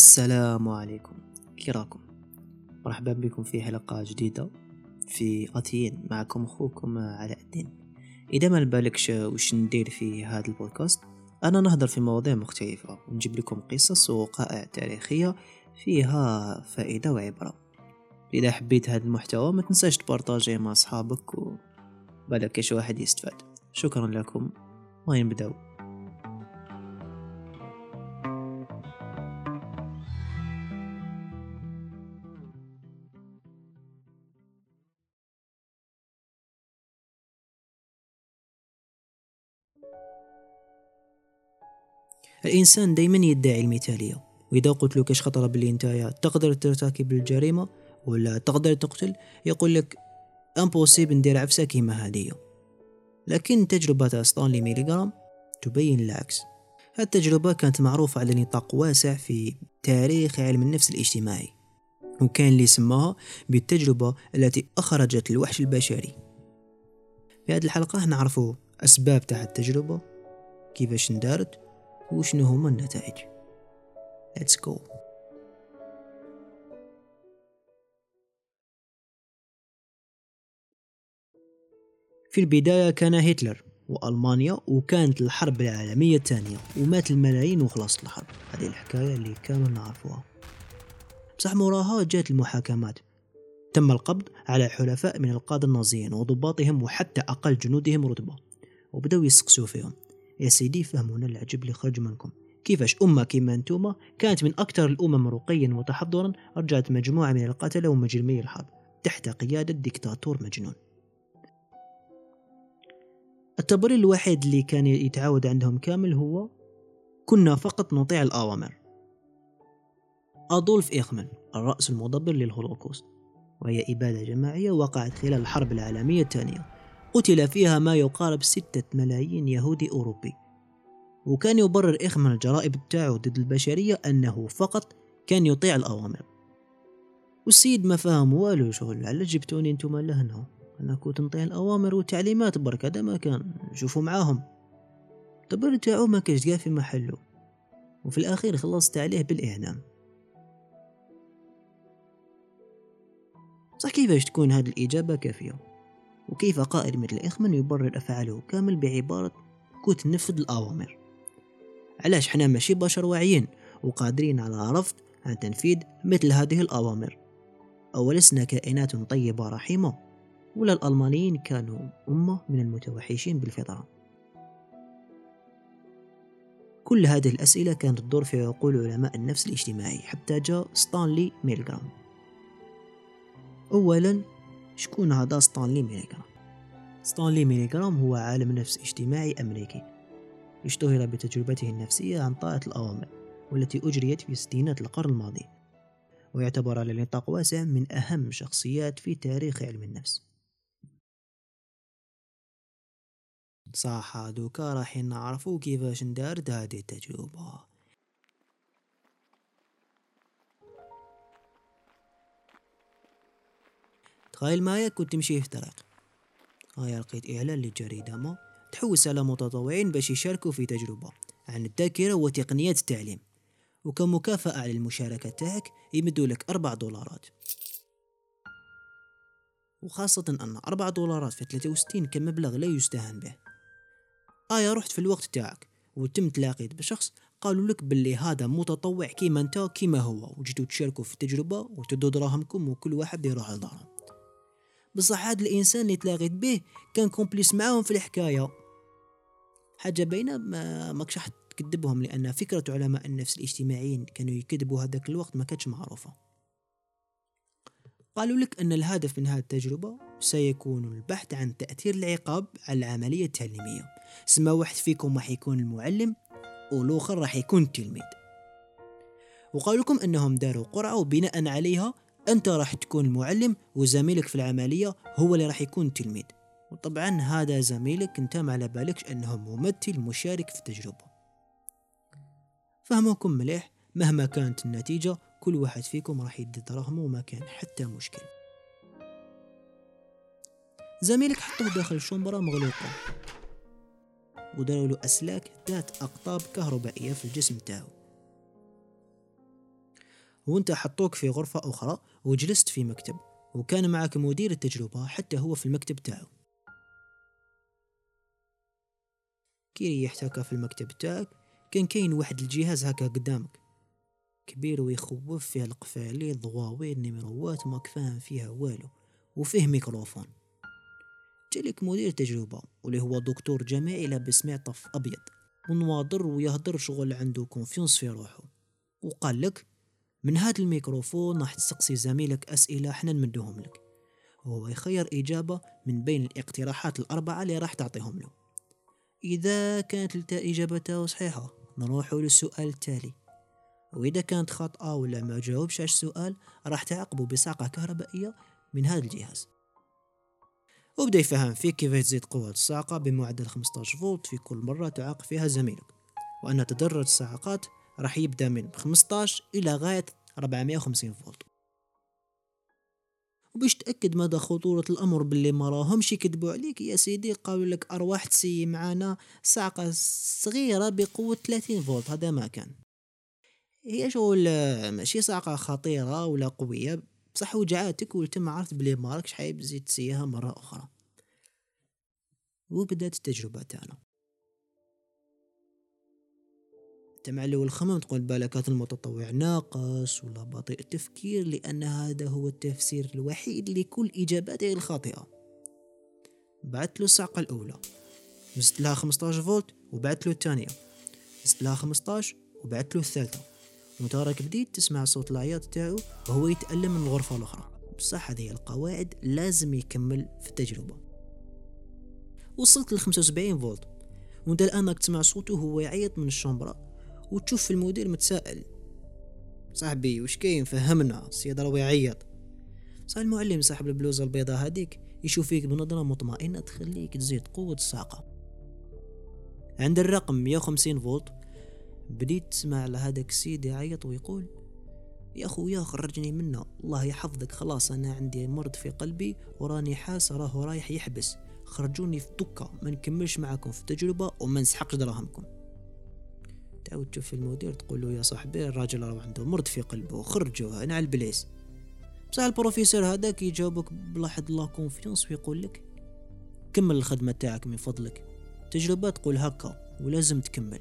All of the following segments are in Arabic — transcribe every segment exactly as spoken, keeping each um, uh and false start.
السلام عليكم، كي راكم؟ مرحبا بكم في حلقة جديدة في غاتيين. معكم أخوكم علاء الدين. إذا ما بالكش وش ندير في هذا البودكاست، أنا نهضر في مواضيع مختلفة ونجيب لكم قصص ووقائع تاريخية فيها فائدة وعبرة. إذا حبيت هذا المحتوى ما تنساش تبارطاجيه مع أصحابك وبالك كاش واحد يستفاد. شكرا لكم ونبداو. الإنسان دايما يدعي المثالية، وإذا قلت له كاش خطرة باللي انتايا تقدر ترتكب الجريمة ولا تقدر تقتل، يقول لك امبوسيبل ندير عفسة كيما هذه. لكن تجربة ستانلي ميلغرام تبين العكس. هذه التجربة كانت معروفة على نطاق واسع في تاريخ علم النفس الاجتماعي، وكان اللي سماها بالتجربة التي أخرجت الوحش البشري. في هذه الحلقة نعرفوا أسباب تاع التجربة، كيفاش اندارت، وشنو هما النتائج. Let's go. في البداية كان هتلر وألمانيا، وكانت الحرب العالمية الثانية ومات الملايين وخلصت الحرب. هذه الحكاية اللي كامل نعرفوها. بصح موراها جات المحاكمات، تم القبض على حلفاء من القادة النازيين وضباطهم وحتى أقل جنودهم رتبة، وبدأوا يسقسوا فيهم: يا سيدي فهمونا العجب اللي خرج منكم، كيفاش أمة كيما انتوما كانت من أكثر الأمم رقيا وتحضرا رجعت مجموعة من القتلة ومجرمي الحرب تحت قيادة ديكتاتور مجنون. التبرير الوحيد اللي كان يتعاود عندهم كامل هو: كنا فقط نطيع الأوامر. أدولف إيخمان الرأس المدبر للهولوكوست، وهي إبادة جماعية وقعت خلال الحرب العالمية الثانية، قتل فيها ما يقارب ستة ملايين يهودي أوروبي. وكان يبرر إيخمان الجرائم بتاعه ضد البشرية أنه فقط كان يطيع الأوامر. والسيد ما فهم والو، شغل على جبتوني انتم لهنا، أنا كنت نطيع الأوامر والتعليمات برك، هذا ما كان شوفوا معاهم. التبرير تاعو ما كاش جا في محله، وفي الأخير خلصت عليه بالإعدام. صح، كيفاش تكون هذه الإجابة كافية؟ وكيف قائد مثل إيخمان يبرر أفعاله كامل بعبارة كنت نفذ الأوامر؟ علاش حنا ماشي بشر واعيين وقادرين على رفض عن تنفيذ مثل هذه الأوامر؟ أولسنا كائنات طيبة رحيمة؟ ولا الألمانيين كانوا أمة من المتوحشين بالفطرة؟ كل هذه الأسئلة كانت تدور في عقول علماء النفس الاجتماعي حتى جاء ستانلي ميلغرام. أولا، شكون هذا ستانلي ميلغرام؟ ستانلي ميلغرام هو عالم نفس اجتماعي أمريكي اشتهر بتجربته النفسية عن طاعة الأوامر، والتي أجريت في ستينات القرن الماضي، ويعتبر على نطاق واسع من أهم شخصيات في تاريخ علم النفس. صح، دوكا راح نعرفوا كيفاش ندارت هذه التجربة. تخيل معايا كنت تمشي في طريق، هيا لقيت إعلان لجريدة ما تحوس على متطوعين باش يشاركوا في تجربة عن الذاكرة وتقنيات التعليم، وكمكافأة على المشاركة تاعك يمدوا لك أربع دولارات. وخاصة أن أربع دولارات في ثلاثة وستين كمبلغ لا يستهان به. آية رحت في الوقت تاعك وتم تلاقيت بشخص قالوا لك باللي هذا متطوع كيما انت كيما هو، وجيتوا تشاركوا في التجربة وتدوا دراهمكم وكل واحد يروح لداره. بصح هذا الإنسان اللي تلاقيت به كان كومبليس معاهم في الحكاية، حاجة بينة ما ماكش راح تكذبهم، لأن فكرة علماء النفس الاجتماعيين كانوا يكذبوا هذاك الوقت ما كانتش معروفة. قالوا لك أن الهدف من هذه التجربة سيكون البحث عن تأثير العقاب على العملية التعليمية. سما واحد فيكم راح يكون المعلم والآخر راح يكون التلميذ، وقالوا لكم أنهم داروا قرعة وبناء عليها أنت راح تكون المعلم وزميلك في العملية هو اللي راح يكون التلميذ. وطبعا هذا زميلك انت ما على بالكش أنه ممثل مشارك في التجربة. فهموكم مليح، مهما كانت النتيجة كل واحد فيكم راح يدي دراهمه وما كان حتى مشكل. زميلك حطوه داخل شومبرة مغلوقة وداروا له أسلاك ذات أقطاب كهربائية في الجسم تاعو. وانت حطوك في غرفة أخرى وجلست في مكتب، وكان معك مدير التجربة حتى هو في المكتب تاعه. كي ريحت هكا في المكتب تاعك كان كاين واحد الجهاز هكا قدامك كبير ويخوف، فيه القفالي ضواوي النمروات ما كفاهم فيها والو، وفيه ميكروفون. جالك مدير تجربة واللي هو دكتور جامعي لابس معطف أبيض ونواضر ويهدر شغل عنده كونفيونس في روحه، وقال لك من هذا الميكروفون راح تسقسي زميلك أسئلة حنا نمدوهم لك، وهو يخير إجابة من بين الاقتراحات الأربعة اللي راح تعطيهم له. إذا كانت لتا إجابته صحيحة نروح للسؤال التالي، وإذا كانت خاطئة ولا ما جاوبش على السؤال راح تعاقبه بصاعقة كهربائية من هذا الجهاز. وبدأ يفهم فيك كيف تزيد قوة الصاعقة بمعدل خمسة عشر فولت في كل مرة تعاقب فيها زميلك، وأن تدرج الصاعقات راح يبدأ من خمسة عشر إلى غاية أربعمائة وخمسين فولت. وباش تأكد مدى خطورة الأمر باللي ما راهمش يكذبوا عليك يا سيدي، قالوا لك أرواح تسي معانا صاعقة صغيرة بقوة ثلاثين فولت، هذا ما كان هي شغل ماشي صاعقة خطيرة ولا قوية، بصح وجعاتك ولتم عرفت بلي ماركش حايب تزيد تسيها مرة أخرى. وبدأت التجربة تاعنا. تمع الأول خمم تقول بالك هذا المتطوع ناقص ولا بطيء التفكير، لأن هذا هو التفسير الوحيد لكل إجاباته الخاطئة. بعت له الصعقة الأولى زدت لها خمسة عشر فولت، وبعت له الثانية زدت لها خمسة عشر، وبعت له الثالثة، وتراك بديت تسمع صوت العياط تاعو وهو يتألم من الغرفة الأخرى. بصح هذه القواعد لازم يكمل في التجربة. وصلت ل خمسة وسبعين فولت، وانت الآن راك تسمع صوته وهو يعيط من الشومبرة، وتشوف المدير متسائل صاحبي وش كاين فهمنا سيد راهو يعيط. صار المعلم صاحب البلوزة البيضاء هذيك يشوف فيك بنظرة مطمئنة تخليك تزيد قوة الصاعقة. عند الرقم مئة وخمسين فولت بديت تسمع لهذاك السيد يعيط ويقول يا خويا خرجني منه الله يحفظك، خلاص أنا عندي مرض في قلبي وراني حاس راه رايح يحبس، خرجوني في دكة ما نكملش معكم في التجربة وما نسحقش دراهمكم. تعود تشوف المدير تقول له يا صاحبي الراجل راه عنده مرض في قلبه خرجوه هنا على البليس. بصح البروفيسور هذاك يجاوبك بلاحظ لا كونفيونس ويقول لك كمل الخدمة تاعك من فضلك، تجربة تقول هكا ولازم تكمل.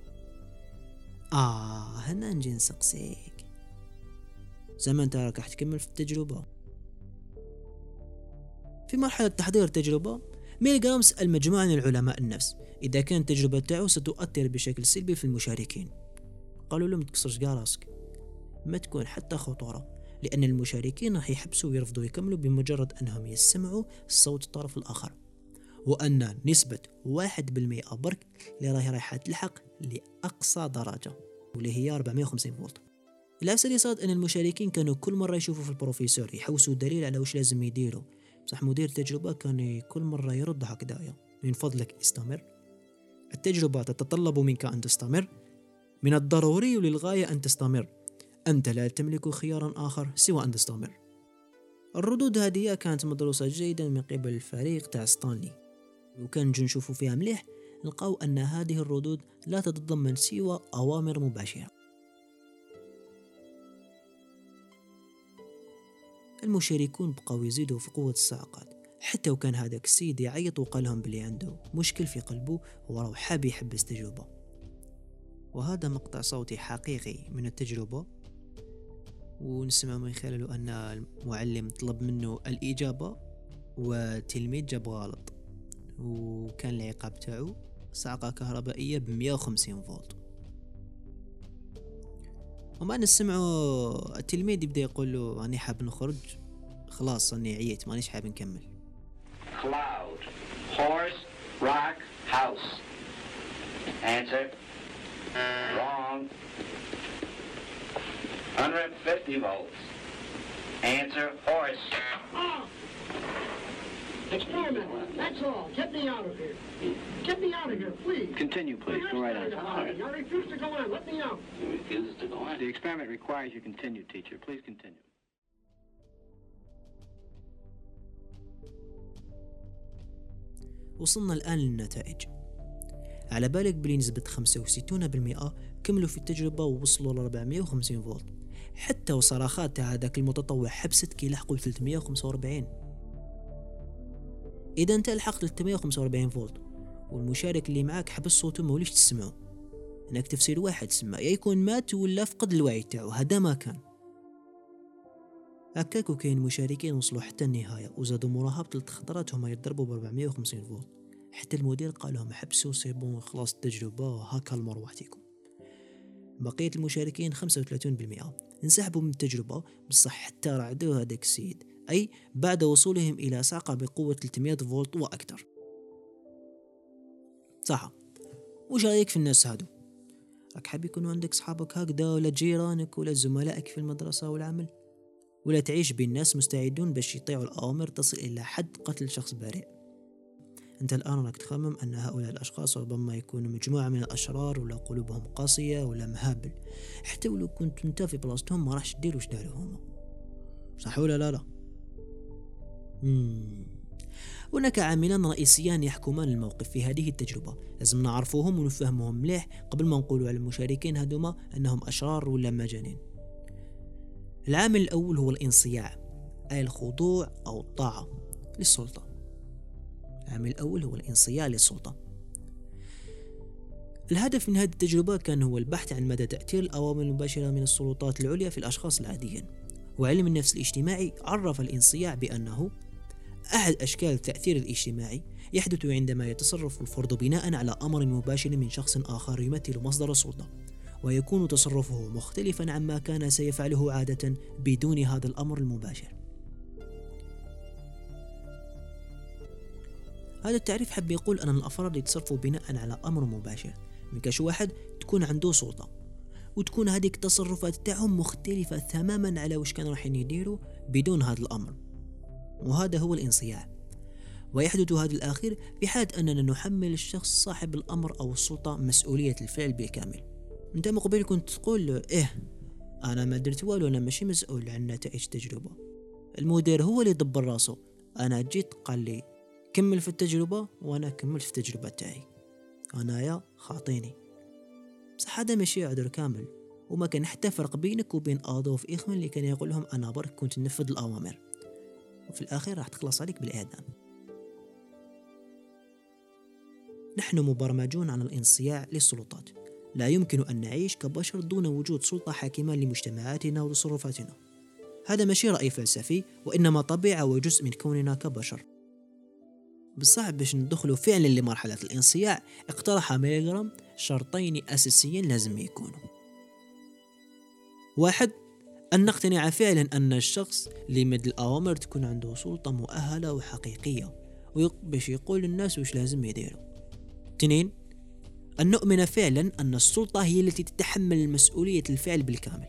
آه هنا نجي نسقسيك، زمان انت راك راح تكمل في التجربة؟ في مرحلة تحضير التجربة ميلغرام سأل مجموعة من العلماء النفس إذا كانت التجربة تاعو ستؤثر بشكل سلبي في المشاركين. قالوا له متكسرش قا راسك، ما تكون حتى خطورة، لأن المشاركين راح يحبسوا ويرفضوا يكملوا بمجرد أنهم يسمعوا صوت الطرف الآخر، وأن نسبة واحد بالمئة برك اللي راهي رايحة تلحق لأقصى درجة واللي هي أربعمائة وخمسين فولت. العفسة اللي صارت أن المشاركين كانوا كل مرة يشوفوا في البروفيسور يحوسوا دليل على وش لازم يديروا، بصح مدير التجربة كان كل مرة يرد هكذايا من فضلك استمر، التجربة تتطلب منك أن تستمر، من الضروري للغاية أن تستمر، أنت لا تملك خيارا آخر سوى أن تستمر. الردود هذه كانت مدروسة جيدا من قبل الفريق تاع ستانلي، وكان نجي نشوفوا فيها مليح نلقاو أن هذه الردود لا تتضمن سوى أوامر مباشرة. المشاركون بقاو يزيدوا في قوة الصاعقات، حتى وكان هذاك السيد يعيط وقال لهم بلي عنده مشكل في قلبه وراه حاب يحبس تجربة. وهذا مقطع صوتي حقيقي من التجربة، ونسمع من خلاله أن المعلم طلب منه الإجابة والتلميذ جاب غلط، وكان العقاب تاعو صاعقة كهربائية ب مئة وخمسين فولت. وما نسمعوا التلميذ يبدأ يقول له أنا حاب نخرج، خلاص أنا عييت مانيش حاب نكمل. Cloud, horse, rock, house. Answer. Wrong. one hundred fifty volts. Answer, horse. Oh. Experiment, that's all. Get me out of here. Get me out of here, please. Continue, please. Go right on. I refuse to go on. Let me out. You refuse to go on? The experiment requires you continue, teacher. Please continue. وصلنا الآن للنتائج. على بالك بلي نسبة خمسة وستين بالمئة كملوا في التجربة ووصلوا ل أربعمائة وخمسين فولت، حتى وصراخات تاع هذاك المتطوع حبست كي لحقوا ثلاثمية وخمسة وأربعين. اذا انت لحقت ثلاثمية وخمسة وأربعين فولت والمشارك اللي معاك حبس صوته ما وليش تسمعه، هناك تفسير واحد سمع، يا يكون مات ولا فقد الوعي تاعو، هذا ما كان. هكاك وكاين مشاركين وصلوا حتى النهايه وزادوا موراها بثلاث خطرات هما يضربوا ب أربعمية وخمسين فولت، حتى المدير قال لهم حبسوا سيبون خلاص التجربه هاكا المروحتكم. بقيه المشاركين خمسة وثلاثين بالمئة انسحبوا من التجربه، بصح حتى رعدوا هذاك السيد، اي بعد وصولهم الى صعقه بقوه ثلاثمية فولت واكثر. صح، وش رايك في الناس هادو؟ راك حاب يكونوا عندك صحابك هكذا، ولا جيرانك، ولا زملائك في المدرسه والعمل، ولا تعيش بين ناس مستعدون باش يطيعوا الأوامر تصل إلى حد قتل شخص بريء؟ أنت الآن راك تخمم أن هؤلاء الأشخاص ربما يكونوا مجموعة من الأشرار، ولا قلوبهم قاسية، ولا مهابل. حتى ولو كنت انت في بلاصتهم ما راحش تدير وش داروا هما، صح ولا لا لا؟ مم. هناك عاملان رئيسيان يحكمان الموقف في هذه التجربة، لازم نعرفوهم ونفهمهم مليح قبل ما نقولوا على المشاركين هذوما أنهم أشرار ولا مجانين. العامل الأول هو الانصياع، أي الخضوع أو الطاعة للسلطة. العامل الأول هو الانصياع للسلطة. الهدف من هذه التجربة كان هو البحث عن مدى تأثير الأوامر المباشرة من السلطات العليا في الأشخاص العاديين. وعلم النفس الاجتماعي عرف الانصياع بأنه أحد أشكال التأثير الاجتماعي يحدث عندما يتصرف الفرد بناء على أمر مباشر من شخص آخر يمثل مصدر السلطة، ويكون تصرفه مختلفا عما كان سيفعله عادة بدون هذا الأمر المباشر. هذا التعريف حب يقول أن الأفراد يتصرفوا بناء على أمر مباشر من كاش واحد تكون عنده سلطة، وتكون هذه التصرفات تاعهم مختلفة تماما على وش كانوا راح يديروا بدون هذا الأمر، وهذا هو الانصياع. ويحدث هذا الأخير في حال أننا نحمل الشخص صاحب الأمر أو السلطة مسؤولية الفعل بالكامل. انت مقبل كنت تقول إيه أنا ما درت والو، أنا ماشي مسؤول عن نتائج التجربة، المدير هو اللي دبر راسه، أنا جيت قال لي كمل في التجربة وأنا كملت في التجربة تاعي، أنا يا خاطيني. بصح هذا ماشي عذر كامل، وما كان حتى فرق بينك وبين أدولف إيخمان اللي كان يقول لهم أنا برك كنت ننفذ الأوامر، وفي الآخر راح تخلص عليك بالإعدام. نحن مبرمجون على الانصياع للسلطات، لا يمكن أن نعيش كبشر دون وجود سلطة حاكمة لمجتمعاتنا وتصرفاتنا. هذا ماشي رأي فلسفي، وإنما طبيعة وجزء من كوننا كبشر. بالصعب باش ندخلوا فعلا لمرحلة الانصياع اقترح ميلغرام شرطين أساسيين لازم يكونوا. واحد، أن نقتنع فعلا أن الشخص اللي يمد الأوامر تكون عنده سلطة مؤهلة وحقيقية باش يقول للناس وش لازم يديروا. اثنين، أن نؤمن فعلا أن السلطة هي التي تتحمل المسؤولية الفعل بالكامل.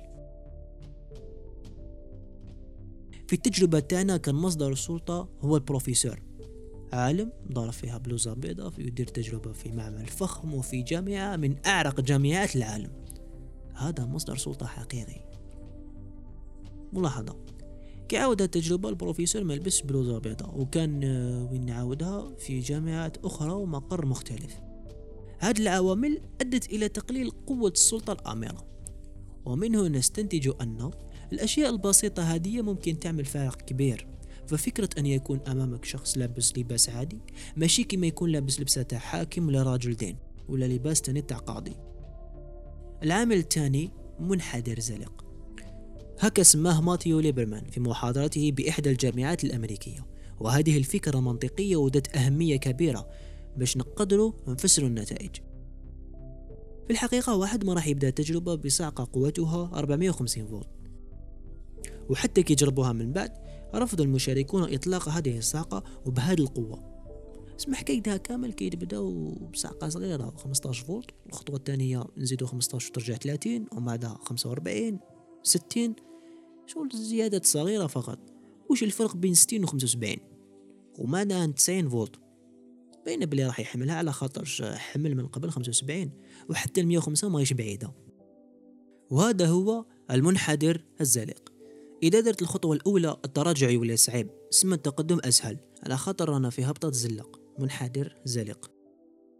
في التجربة تاعنا كان مصدر السلطة هو البروفيسور، عالم ضارب فيها بلوزة بيضاء يدير تجربة في معمل فخم وفي جامعة من أعرق جامعات العالم. هذا مصدر سلطة حقيقي. ملاحظة، كي عاود التجربة البروفيسور ما لبسش بلوزة بيضاء، وكان وين نعاودها في جامعات أخرى ومقر مختلف. هذه العوامل أدت إلى تقليل قوة السلطة الآمرة، ومنه نستنتج أن الأشياء البسيطة هذه ممكن تعمل فارق كبير. ففكرة أن يكون أمامك شخص لابس لباس عادي ماشي كما يكون لابس لبسة تاع حاكم ولا راجل دين ولا لباس تاني تاع قاضي. العامل الثاني منحدر زلق، هكا سماه ماتيو ليبرمان في محاضرته بإحدى الجامعات الأمريكية، وهذه الفكرة منطقية وذات أهمية كبيرة باش نقدروا ونفسروا النتائج. في الحقيقة واحد ما راح يبدأ تجربة بصعقة قوتها أربعمية وخمسين فولت، وحتى كي جربوها من بعد رفض المشاركون إطلاق هذه الصعقة وبهذه القوة. اسمح كيدها كامل كي يبداو بصعقة صغيرة خمسطاش فولت، الخطوة الثانية نزيدوا خمسطاش وترجع ثلاثين، وبعدها خمسة وأربعين ستين، شغل زيادات صغيرة فقط. وش الفرق بين ستين و خمسة وسبعين؟ وماذا عن تسعين فولت؟ بين بلي راح يحملها على خاطر حمل من قبل خمسة وسبعين، وحتى المية وخمسة ما هيش بعيدة. وهذا هو المنحدر الزلق. إذا درت الخطوة الأولى التراجع يولي صعيب، اسم التقدم أسهل، على خاطر رانا في هبطة زلق منحدر زلق.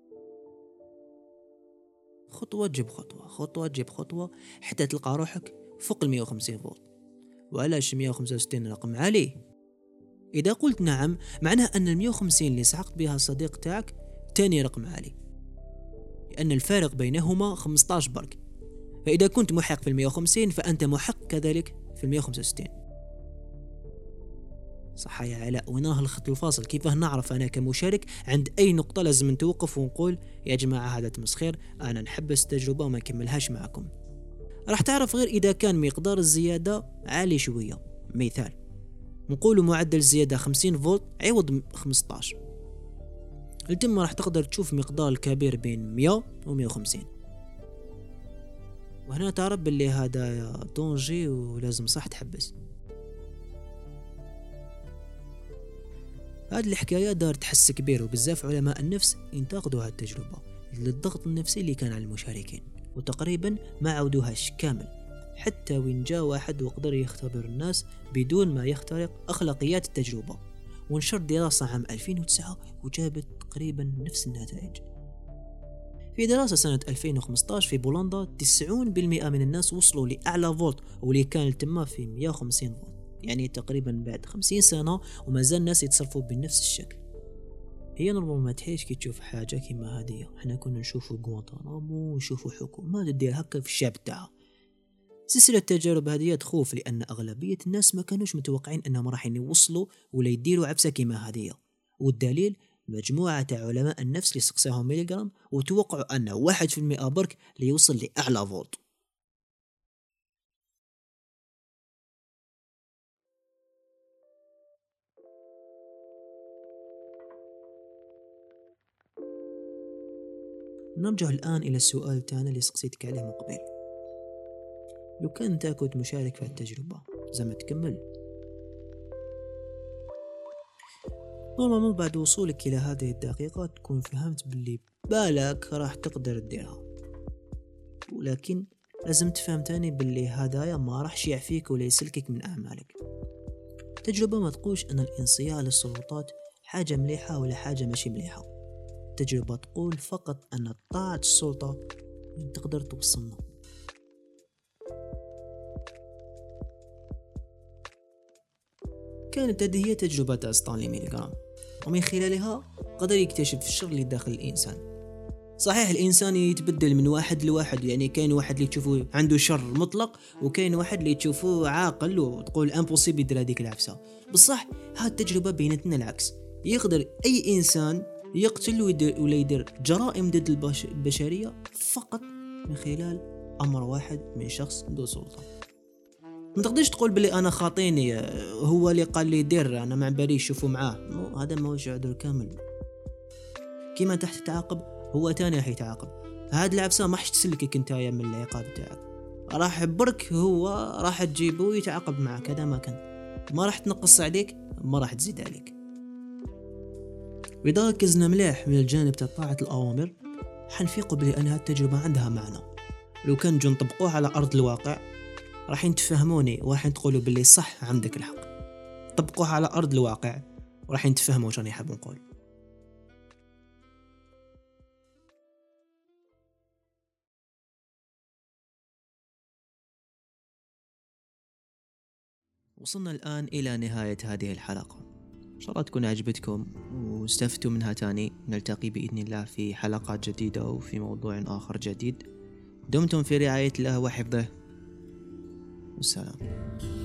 خطوة تجيب خطوة، خطوة تجيب خطوة، حتى تلقى روحك فوق ال مية وخمسين فولت. وعلاش مية وخمسة وستين رقم عالي؟ إذا قلت نعم معناه أن ال مية وخمسين اللي سحقت بها الصديق تاعك تاني رقم عالي، لأن الفارق بينهما خمسطاش برك. فإذا كنت محق في ال مية وخمسين فأنت محق كذلك في ال مية وخمسة وستين. صح يا علاء؟ وين راه الخط الفاصل؟ كيفاه نعرف أنا كمشارك عند أي نقطة لازم نتوقف ونقول يا جماعة هذا تمسخير، أنا نحبس التجربة وما نكملهاش معكم؟ راح تعرف غير إذا كان مقدار الزيادة عالي شوية. مثال نقول معدل الزيادة خمسين فولت عوض خمسطاش، التم راح تقدر تشوف مقدار الكبير بين مية و مية وخمسين. وهنا تعرف باللي هذا دونجي ولازم صح تحبس. هذه الحكاية دار تحس كبير، وبزاف علماء النفس ينتقدوا هذه التجربة للضغط النفسي اللي كان على المشاركين، وتقريبا ما عودوهاش كامل حتى وين جاء واحد وقدر يختبر الناس بدون ما يخترق أخلاقيات التجربة. ونشر دراسة عام ألفين وتسعة وجابت تقريبا نفس النتائج. في دراسة سنة ألفين وخمسطاش في بولندا تسعين بالمئة من الناس وصلوا لأعلى فولت واللي كان تما في مية وخمسين فولت، يعني تقريبا بعد خمسين سنة وما زال الناس يتصرفوا بنفس الشكل. هي نورمال ما تحيش كي تشوف حاجة كيما هذه. احنا كنا نشوفوا غوانتانامو ونشوفوا حكومات تدير هكا في الشعب تاعها. سلسلة التجارب هذه تخوف لأن أغلبية الناس ما كانوش متوقعين أنهم راح يوصلوا ولا يديروا عبسة كيما هذه. والدليل مجموعة علماء النفس اللي سقساهم ميليغرام وتوقعوا أن واحد في المئة برك ليوصل لأعلى فولت. نرجع الآن إلى السؤال تاعنا اللي سقسيتك عليه من قبل. لو كان انت كنت مشارك في التجربة زعما تكمل؟ نورمالمون بعد وصولك إلى هذه الدقيقة تكون فهمت باللي بالك راح تقدر تديرها، ولكن لازم تفهم تاني باللي هدايا ما راح يعفيك ولا يسلكك من أعمالك. التجربة ما تقولش أن الانصياع للسلطات حاجة مليحة ولا حاجة ماشي مليحة. التجربة تقول فقط أن طاعة السلطة تقدر توصلنا. كانت هذه هي تجربة ستانلي ميليغرام، ومن خلالها قدر يكتشف الشر اللي داخل الإنسان. صحيح الإنسان يتبدل من واحد لواحد، يعني كاين واحد اللي تشوفه عنده شر مطلق وكاين واحد اللي تشوفه عاقل وتقول امبوسيبل يدير هذيك العفسة. بصح هذه التجربة بينتنا العكس، يقدر أي إنسان يقتل ولا يدير جرائم ضد البشرية فقط من خلال أمر واحد من شخص ذو سلطة. ما تقدرش تقول بلي انا خاطيني هو اللي قال لي دير انا ما باليش شوفوا معاه، هذا ما هوش عذر كامل. كيما تحت تعاقب هو تاني راح يتعاقب. هاد العفسه ما راح تسلكك انت من العقاب تاعك، راح برك هو راح تجيبه ويتعاقب معك. هذا ما كان، ما راح تنقص عليك ما راح تزيد عليك. واذا ركزنا مليح من الجانب تاع طاعه الاوامر حنفيقوا بلي ان هاد التجربه عندها معنى. لو كان نجو نطبقوها على ارض الواقع راح تفهموني وراح تقولوا باللي صح عندك الحق. طبقوها على أرض الواقع وراح تفهموا شنو يحب نقول. وصلنا الآن إلى نهاية هذه الحلقة، إن شاء الله تكون عجبتكم واستفدتوا منها. تاني نلتقي بإذن الله في حلقات جديدة وفي موضوع آخر جديد. دمتم في رعاية الله وحفظه، والسلام.